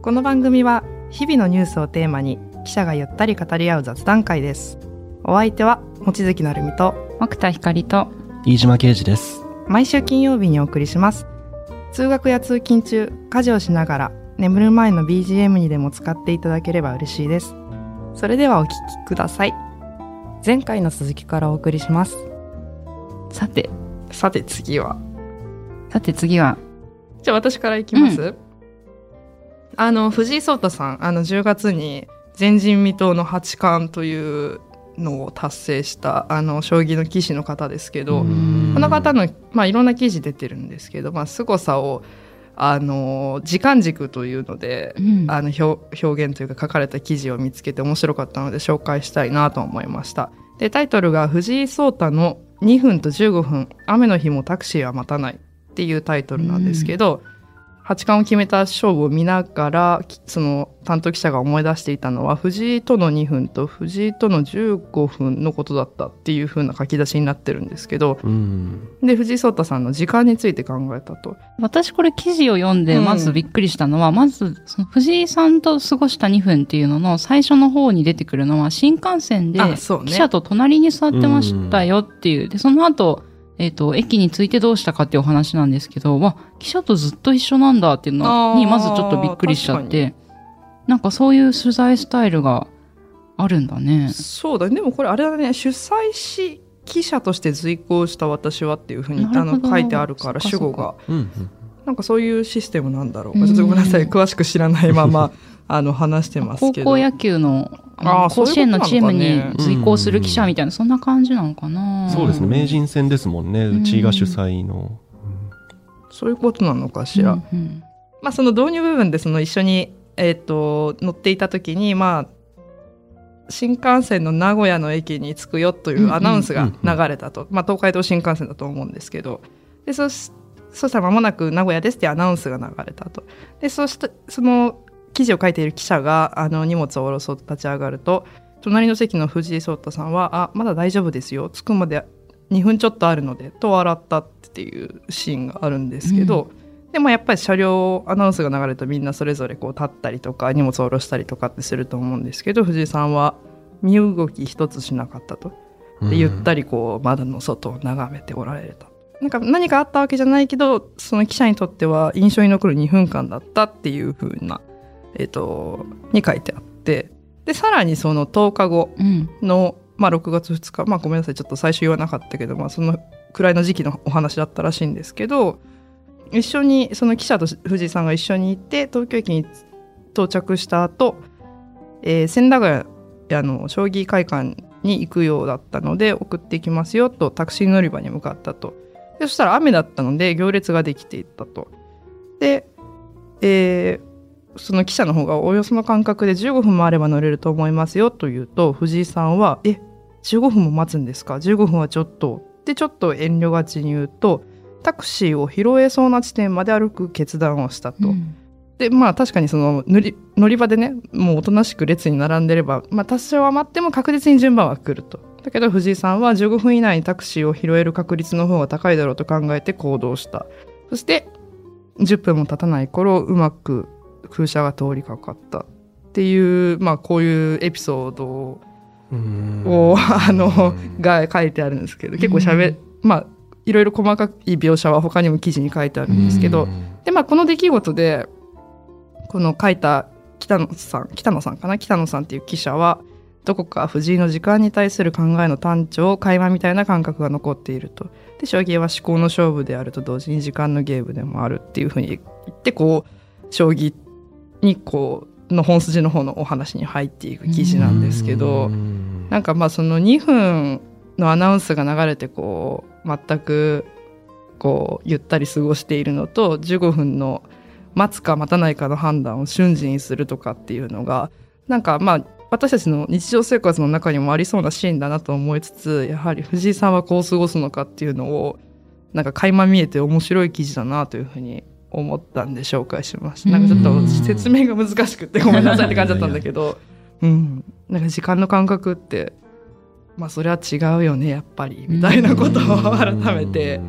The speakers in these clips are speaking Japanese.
この番組は日々のニュースをテーマに記者がゆったり語り合う雑談会です。お相手は望月成美と奥田光と飯島啓二です。 毎週金曜日にお送りします。通学や通勤中、家事をしながら眠る前の BGM にでも使っていただければ嬉しいです。それではお聞きください。前回の続きからお送りします。 さて次はじゃあ私からいきます、藤井聡太さん10月に前人未到の八冠というのを達成した将棋の棋士の方ですけど、この方の、いろんな記事出てるんですけど、凄さを時間軸というので、表現というか書かれた記事を見つけて面白かったので紹介したいなと思いました。でタイトルが藤井聡太の2分と15分雨の日もタクシーは待たないっていうタイトルなんですけど、八冠を決めた勝負を見ながらその担当記者が思い出していたのは藤井との2分と藤井との15分のことだったっていう風な書き出しになってるんですけど、で藤井聡太さんの時間について考えたと。 私これ記事を読んでまずびっくりしたのは、まずその藤井さんと過ごした2分っていうのの最初の方に出てくるのは新幹線で記者と隣に座ってましたよっていう、でその後駅に着いてどうしたかっていうお話なんですけど、記者とずっと一緒なんだっていうのにまずちょっとびっくりしちゃって、なんかそういう取材スタイルがあるんだね。 そうだね。でもこれあれだね、主催し記者として随行した私はっていうふうに書いてあるから主語が、なんかそういうシステムなんだろうか、ちょっとごめんなさい、詳しく知らないまま話してますけど、 高校野球の甲子園のチームに随行する記者みたいな、そんな感じなのかな。 そうですね、名人戦ですもんね、うちが主催の、 そういうことなのかしら。その導入部分でその一緒に、乗っていた時に、新幹線の名古屋の駅に着くよというアナウンスが流れたと、東海道新幹線だと思うんですけど、でそしたら間もなく名古屋ですってアナウンスが流れたと。でそしてその記事を書いている記者が荷物を下ろそうと立ち上がると、隣の席の藤井聡太さんはまだ大丈夫ですよ、着くまで2分ちょっとあるのでと笑ったっていうシーンがあるんですけど、でもやっぱり車両アナウンスが流れるとみんなそれぞれこう立ったりとか荷物を下ろしたりとかってすると思うんですけど、藤井さんは身動き一つしなかったと。でゆったりこう窓の外を眺めておられた。何かあったわけじゃないけど、その記者にとっては印象に残る2分間だったっていう風なに書いてあって、でさらにその10日後の、6月2日、ごめんなさいちょっと最初言わなかったけど、そのくらいの時期のお話だったらしいんですけど、一緒にその記者と藤井さんが一緒にいて東京駅に到着した後、千駄ヶ谷の将棋会館に行くようだったので送っていきますよとタクシー乗り場に向かったと。でそしたら雨だったので行列ができていったと。で、その記者の方がおよその間隔で15分もあれば乗れると思いますよと言うと、藤井さんは15分も待つんですか、15分はちょっとでちょっと遠慮がちに言うと、タクシーを拾えそうな地点まで歩く決断をしたと、で確かにその乗り場でね、もうおとなしく列に並んでれば、多少は待っても確実に順番は来ると。だけど藤井さんは15分以内にタクシーを拾える確率の方が高いだろうと考えて行動した。そして10分も経たない頃うまく空車が通りかかったっていう、こういうエピソードをが書いてあるんですけど、結構いろいろ細かい描写は他にも記事に書いてあるんですけど、でこの出来事でこの書いた北野さんっていう記者は、どこか藤井の時間に対する考えの単調垣間みたいな感覚が残っていると。で将棋は思考の勝負であると同時に時間のゲームでもあるっていうふうに言って、こう将棋にの本筋の方のお話に入っていく記事なんですけど、その2分のアナウンスが流れて全くゆったり過ごしているのと、15分の待つか待たないかの判断を瞬時にするとかっていうのが私たちの日常生活の中にもありそうなシーンだなと思いつつ、やはり藤井さんはこう過ごすのかっていうのを垣間見えて面白い記事だなというふうに思ったんで紹介しました。ちょっと説明が難しくてごめんなさいって感じだったんだけど時間の感覚ってそれは違うよねやっぱりみたいなことを改めて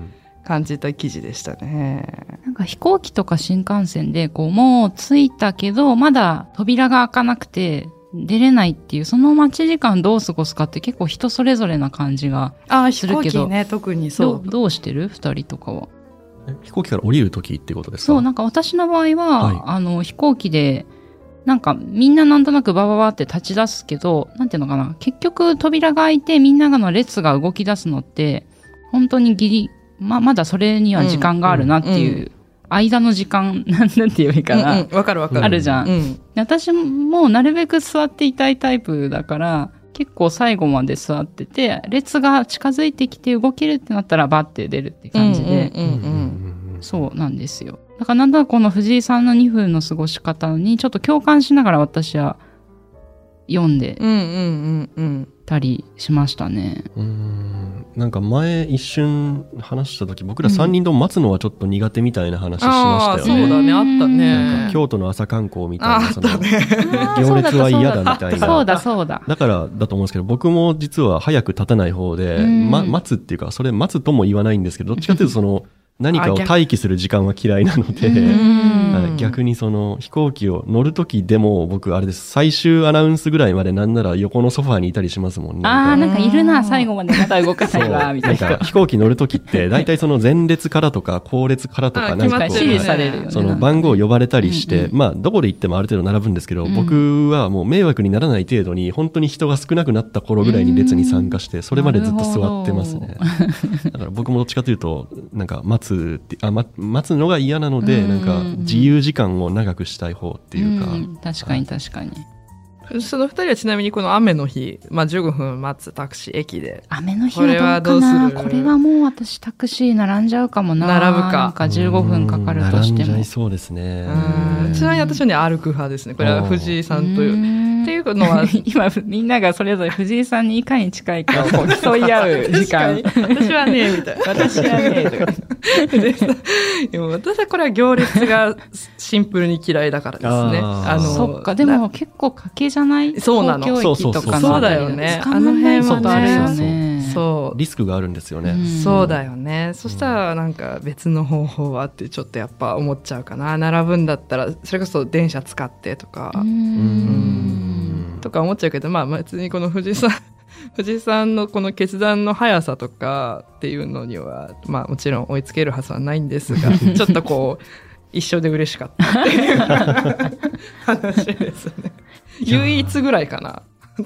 感じた記事でしたね。 なんか飛行機とか新幹線でこうもう着いたけどまだ扉が開かなくて出れないっていう、その待ち時間どう過ごすかって結構人それぞれな感じがするけど。 飛行機ね、特にそう。 どうしてる2人とかは。 飛行機から降りるときってことですか？ そう、なんか私の場合は、はい、飛行機でなんかみんななんとなくバババって立ち出すけど、なんていうのかな、結局扉が開いてみんなの列が動き出すのって本当にまだそれには時間があるなっていう、間の時間なんて言えばいいかな。 わかるわかる。 あるじゃん。私もなるべく座っていたいタイプだから、結構最後まで座ってて、列が近づいてきて動けるってなったらバッて出るって感じで。そうなんですよ。だからなんだこの藤井さんの2分の過ごし方にちょっと共感しながら私は読んでたりしましたね。 なんか前一瞬話した時、僕ら3人とも待つのはちょっと苦手みたいな話しましたよね。 そうだね、あったね。 なんか京都の朝観光みたいな、その行列は嫌だみたいな。 そうだ。 だからだと思うんですけど、僕も実は早く立たない方で、待つっていうか、それ待つとも言わないんですけど、どっちかというとその何かを待機する時間は嫌いなので、逆にその飛行機を乗るときでも僕あれです、最終アナウンスぐらいまでなんなら横のソファーにいたりしますもんね。 なんかいるな、最後までまた動かないわみたいな。 なんか飛行機乗るときって大体その前列からとか後列からとかなんかこう指示されるよね。 その番号呼ばれたりして、まあどこで行ってもある程度並ぶんですけど、僕はもう迷惑にならない程度に本当に人が少なくなった頃ぐらいに列に参加して、それまでずっと座ってますね。だから僕もどっちかというとなんか待つのが嫌なので、なんか自由時間を長くしたい方っていうか。 確かに確かに。 その2人はちなみにこの雨の日、15分待つタクシー駅で。 雨の日はどうかな。これはもう私タクシー並んじゃうかもな。 並ぶか。 なんか15分かかるとしても。 並んじゃいそうですね。 ちなみに私はね、歩く派ですね。これは藤井さんという。っていうのは今みんながそれぞれ藤井さんにいかに近いかを競い合う時間。 私はね、みたいな。 私はね、とか。 でも私はこれは行列がシンプルに嫌いだからですね。 そっか、でも結構賭けじゃない？ そうなの。 東京駅とかの。 そうだよね。 あの辺はあるよね。 そう。リスクがあるんですよね。 そうだよね。そしたらなんか別の方法はってちょっとやっぱ思っちゃうかな。並ぶんだったらそれこそ電車使ってとか。とか思っちゃうけど、まあ別にこの藤井さんのこの決断の速さとかっていうのには、まあもちろん追いつけるはずはないんですが、ちょっとこう、一緒で嬉しかったっていう話ですね。唯一ぐらいかな。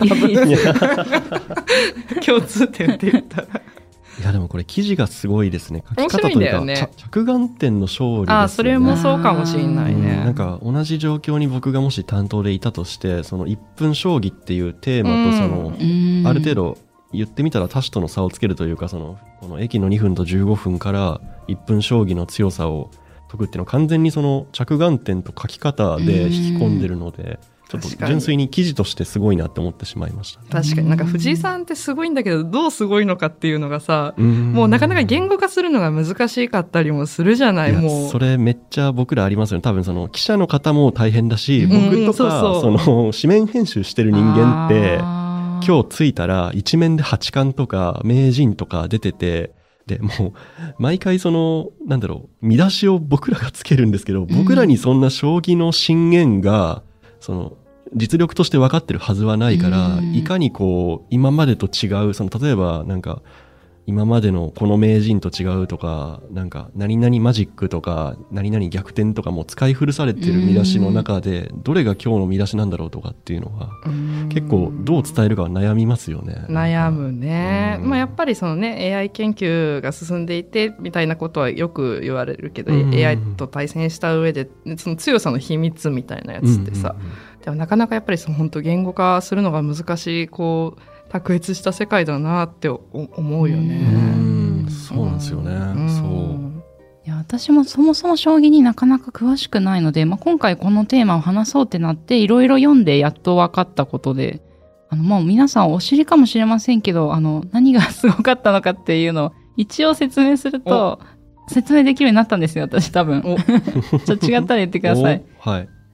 共通点って言ったら。 いやでもこれ記事がすごいですね。書き方というか、ね、着眼点の勝利ですよね。 それもそうかもしれないね。 なんか同じ状況に僕がもし担当でいたとして、その1分将棋っていうテーマとその、ある程度言ってみたら他者との差をつけるというか、そのこの駅の2分と15分から1分将棋の強さを解くっていうのは完全にその着眼点と書き方で引き込んでるので、ちょっと純粋に記事としてすごいなって思ってしまいました、ね。 確かになんか藤井さんってすごいんだけど、どうすごいのかっていうのがさ、もうなかなか言語化するのが難しかったりもするじゃない。もうそれめっちゃ僕らありますよね。多分その記者の方も大変だし、僕とかその紙面編集してる人間って今日着いたら一面で八冠とか名人とか出てて、でもう毎回そのなんだろう、見出しを僕らがつけるんですけど、僕らにそんな将棋の深淵がその実力として分かってるはずはないから、いかにこう今までと違う、その例えばなんか今までのこの名人と違うとか、なんか何々マジックとか何々逆転とかも使い古されてる見出しの中で、どれが今日の見出しなんだろうとかっていうのは結構どう伝えるかは悩みますよね。 悩むね。まあやっぱりそのね AI 研究が進んでいてみたいなことはよく言われるけど、AI と対戦した上でその強さの秘密みたいなやつってさ、でもなかなかやっぱりその本当言語化するのが難しいこう卓越した世界だなって思うよね。 そうなんですよね。そう。 いや私もそもそも将棋になかなか詳しくないので、今回このテーマを話そうってなっていろいろ読んでやっと分かったことで、もう皆さんお知りかもしれませんけど、何がすごかったのかっていうのを一応説明すると説明できるようになったんですよ、私多分。ちょっと違ったら言ってください。 はい。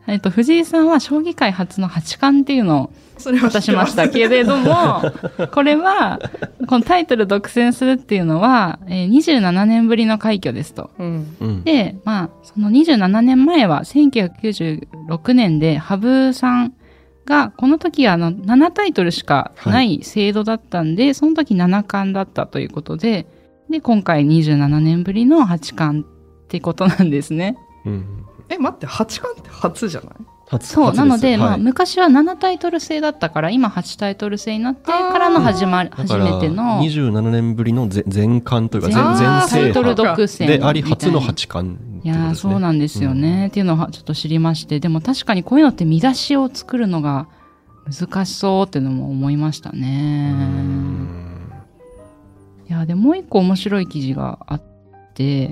藤井さんは将棋界初の八冠っていうのを渡しましたけれども、これは、このタイトル独占するっていうのは、27年ぶりの快挙ですと。で、その27年前は1996年で羽生さんが、この時は7タイトルしかない制度だったんで、その時7冠だったということで、今回27年ぶりの八冠ってことなんですね。 待って、八冠って初じゃない？ そう、なので、昔は7タイトル制だったから、今8タイトル制になってからの初めての。 27年ぶりの全冠というか、全制覇であり、初の八冠。 いや、そうなんですよね。っていうのをちょっと知りまして、でも確かにこういうのって見出しを作るのが難しそうっていうのも思いましたね。いや、でもう一個面白い記事があって、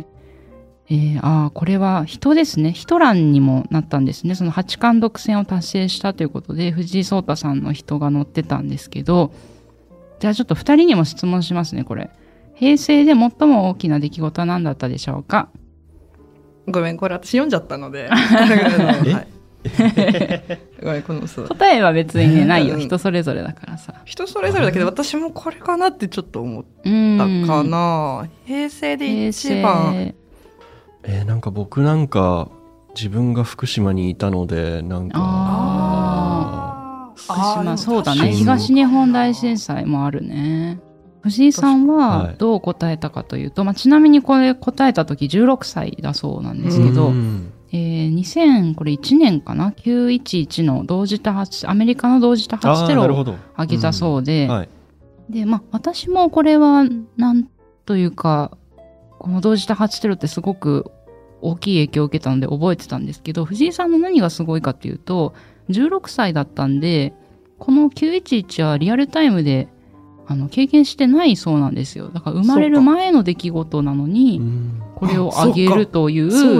これは人ですね。人欄にもなったんですね。その八冠独占を達成したということで、藤井聡太さんの人が載ってたんですけど、じゃあちょっと2人にも質問しますね、これ。平成で最も大きな出来事は何だったでしょうか？ ごめん、これ私読んじゃったので。はいごめん、 答えは別にね、ないよ。人それぞれだからさ。 人それぞれだけど、私もこれかなってちょっと思ったかな。平成で一番。 なんか僕なんか自分が福島にいたので、なんか福島、そうだね。東日本大震災もあるね。藤井さんはどう答えたかというと、ちなみにこれ答えた時16歳だそうなんですけど、2001年かな、911のアメリカの同時多発テロを挙げたそうで、で、私もこれはなんというか、この同時多発テロってすごく大きい影響を受けたので覚えてたんですけど、藤井さんの何がすごいかっていうと、16歳だったんで、この911はリアルタイムで経験してないそうなんですよ。だから生まれる前の出来事なのに、これを挙げるという、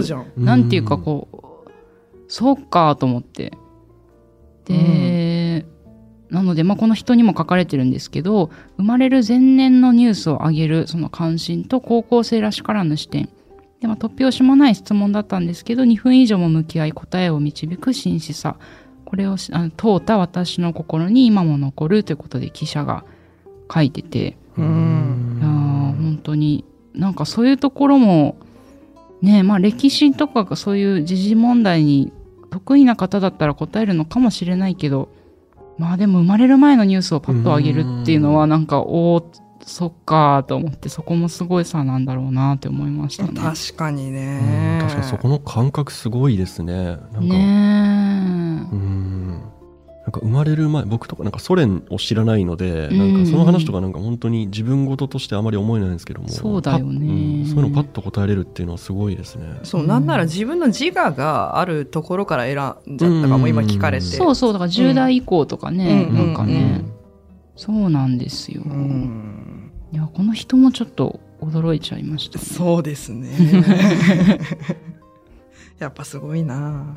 なんていうかそうかと思って。で、なので、この人にも書かれてるんですけど、生まれる前年のニュースを上げる、その関心と高校生らしからぬ視点。で、突拍子もない質問だったんですけど、2分以上も向き合い答えを導く真摯さ。これを問うた私の心に今も残るということで記者が書いてて。いや本当に、なんかそういうところも、ね、歴史とかそういう時事問題に得意な方だったら答えるのかもしれないけど、でも生まれる前のニュースをパッと上げるっていうのはなんかそっかと思って、そこもすごい差なんだろうなって思いましたね。 確かにね。 確かにそこの感覚すごいですね。なんか生まれる前、僕とかなんかソ連を知らないので、なんかその話とかなんか本当に自分事としてあまり思えないんですけども、 そうだよね。 そういうのパッと答えれるっていうのはすごいですね。 そう、なんなら自分の自我があるところから選んじゃったかも、今聞かれて。 そうそう、だから10代以降とかね、なんかね、そうなんですよ。いや、この人もちょっと驚いちゃいましたね。 そうですね。やっぱすごいな。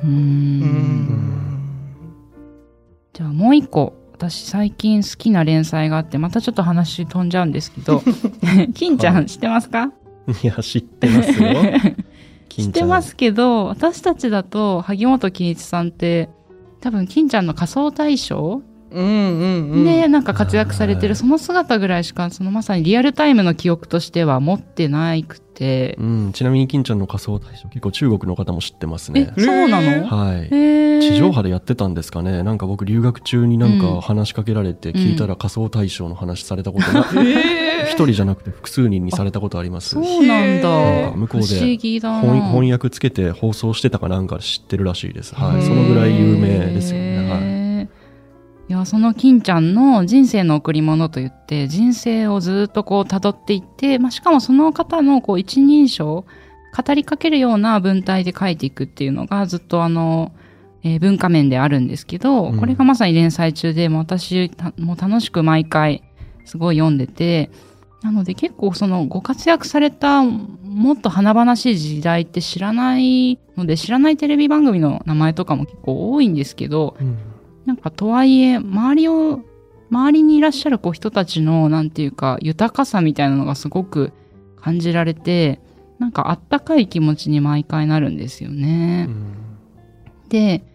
じゃあもう一個、私最近好きな連載があって、またちょっと話飛んじゃうんですけど、金ちゃん知ってますか？ いや、知ってますよ。 知ってますけど、私たちだと萩本欽一さんって多分金ちゃんの仮装大賞でなんか活躍されてるその姿ぐらいしか、そのまさにリアルタイムの記憶としては持ってないくて、 ちなみに金ちゃんの仮装大賞結構中国の方も知ってますね。 そうなの？ はい。地上波でやってたんですかね。なんか僕留学中になんか話しかけられて聞いたら仮装大賞の話されたことが、一人じゃなくて複数人にされたことあります。 そうなんだ。 向こうで翻訳つけて放送してたかなんか知ってるらしいです。はい。そのぐらい有名ですよね。はい。 いや、その金ちゃんの人生の贈り物といって、人生をずっと辿っていって、しかもその方の一人称、語りかけるような文体で書いていくっていうのがずっと文化面であるんですけど、これがまさに連載中で、私もう楽しく毎回すごい読んでて、なので結構そのご活躍されたもっと華々しい時代って知らないので、知らないテレビ番組の名前とかも結構多いんですけど、なんかとはいえ周りにいらっしゃる人たちのなんていうか豊かさみたいなのがすごく感じられて、なんかあったかい気持ちに毎回なるんですよね。で、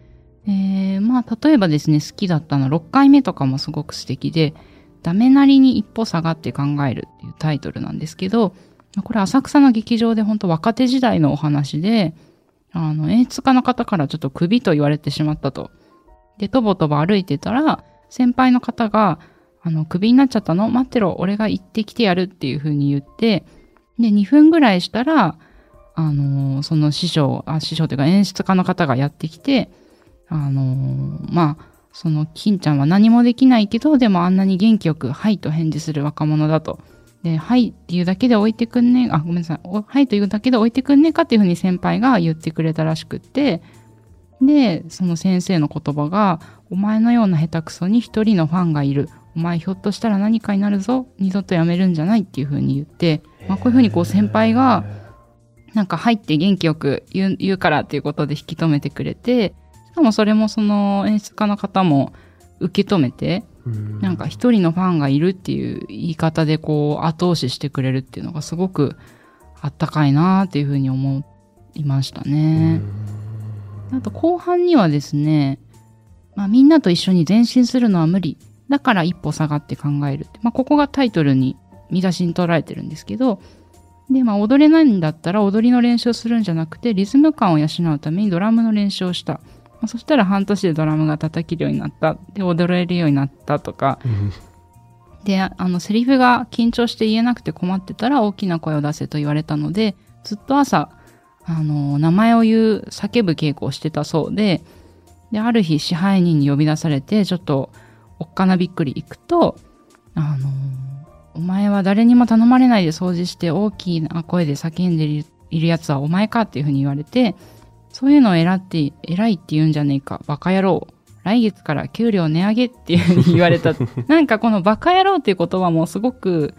まあ、例えばですね、好きだったの6回目とかもすごく素敵で、ダメなりに一歩下がって考えるっていうタイトルなんですけど、これ浅草の劇場で本当若手時代のお話で、演出家の方からちょっとクビと言われてしまったと。で、とぼとぼ歩いてたら、先輩の方が、クビになっちゃったの？待ってろ、俺が行ってきてやるっていう風に言って、で、2分ぐらいしたら、その師匠というか演出家の方がやってきて、まあ、その金ちゃんは何もできないけど、でもあんなに元気よく、はいと返事する若者だと。で、はいっていうだけで置いてくんね、ごめんなさい。はいというだけで置いてくんねえかっていうふうに先輩が言ってくれたらしくって、で、その先生の言葉が、お前のような下手くそに一人のファンがいる。お前ひょっとしたら何かになるぞ。二度とやめるんじゃないっていうふうに言って、まあ、こういうふうにこう先輩が、なんか入って元気よく言うからっていうことで引き止めてくれて、しかもそれもその演出家の方も受け止めて、なんか一人のファンがいるっていう言い方でこう後押ししてくれるっていうのがすごくあったかいなっていうふうに思いましたね。あと後半にはですね、まあ、みんなと一緒に前進するのは無理。だから一歩下がって考えるって。まあ、ここがタイトルに見出しに捉えてるんですけど、で、まあ、踊れないんだったら踊りの練習をするんじゃなくて、リズム感を養うためにドラムの練習をした。そしたら半年でドラムが叩けるようになった。で、踊れるようになったとか。で、セリフが緊張して言えなくて困ってたら大きな声を出せと言われたので、ずっと朝、名前を叫ぶ稽古をしてたそうで、で、ある日支配人に呼び出されて、ちょっとおっかなびっくり行くと、お前は誰にも頼まれないで掃除して大きな声で叫んでいるやつはお前かっていうふうに言われて、そういうのを偉いって言うんじゃねえか、バカ野郎。来月から給料値上げっていうふうに言われた。なんかこのバカ野郎っていう言葉もすごく、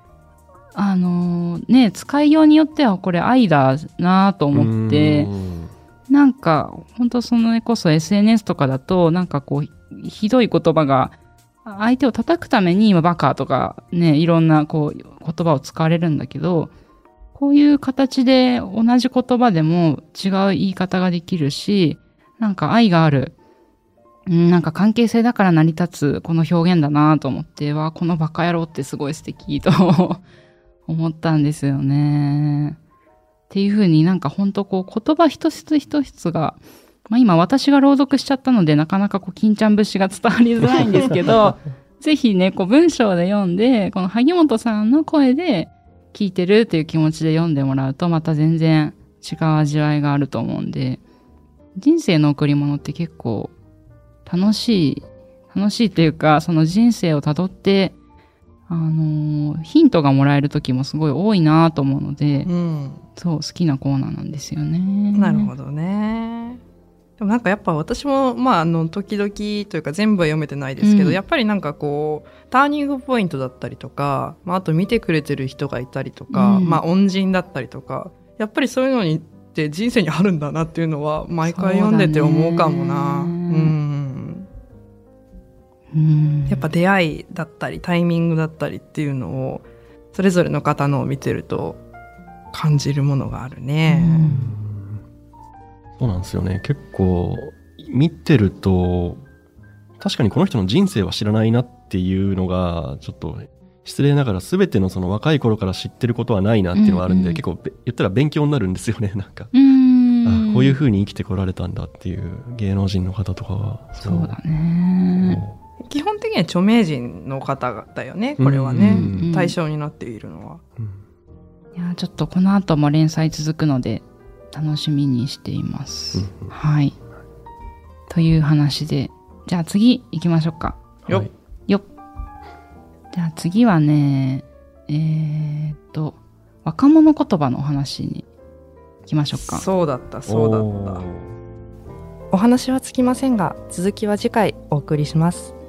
使いようによってはこれ愛だなと思って、なんか本当そのこそ SNS とかだとなんかこうひどい言葉が相手を叩くために今バカとかね、いろんなこう言葉を使われるんだけど、こういう形で同じ言葉でも違う言い方ができるし、なんか愛がある、なんか関係性だから成り立つこの表現だなと思って、このバカ野郎ってすごい素敵と思ったんですよね。っていう風になんかほんとこう言葉一つ一つが、まあ今私が朗読しちゃったのでなかなかこう金ちゃん節が伝わりづらいんですけど、ぜひね、こう文章で読んで、この萩本さんの声で聞いてるっていう気持ちで読んでもらうとまた全然違う味わいがあると思うんで、人生の贈り物って結構楽しいというか、その人生をたどってヒントがもらえる時もすごい多いなと思うので、そう好きなコーナーなんですよね。 なるほどね。でもなんかやっぱ私も時々というか全部は読めてないですけど、やっぱりなんかこうターニングポイントだったりとか、あと見てくれてる人がいたりとか、恩人だったりとか、やっぱりそういうのにって人生にあるんだなっていうのは毎回読んでて思うかもな。やっぱ出会いだったりタイミングだったりっていうのをそれぞれの方のを見てると感じるものがあるね。 そうなんですよね。結構見てると確かにこの人の人生は知らないなっていうのがちょっと失礼ながら全てのその若い頃から知ってることはないなっていうのがあるんで、結構言ったら勉強になるんですよね。なんかこういう風に生きてこられたんだっていう芸能人の方とかは。 そうだね。 基本的には著名人の方だよね、これはね、対象になっているのは。 いやちょっとこの後も連載続くので楽しみにしています。はい。という話で、じゃあ次行きましょうか。 よっ。 じゃあ次はね、若者言葉のお話に行きましょうか。 そうだった。お話はつきませんが、続きは次回お送りします。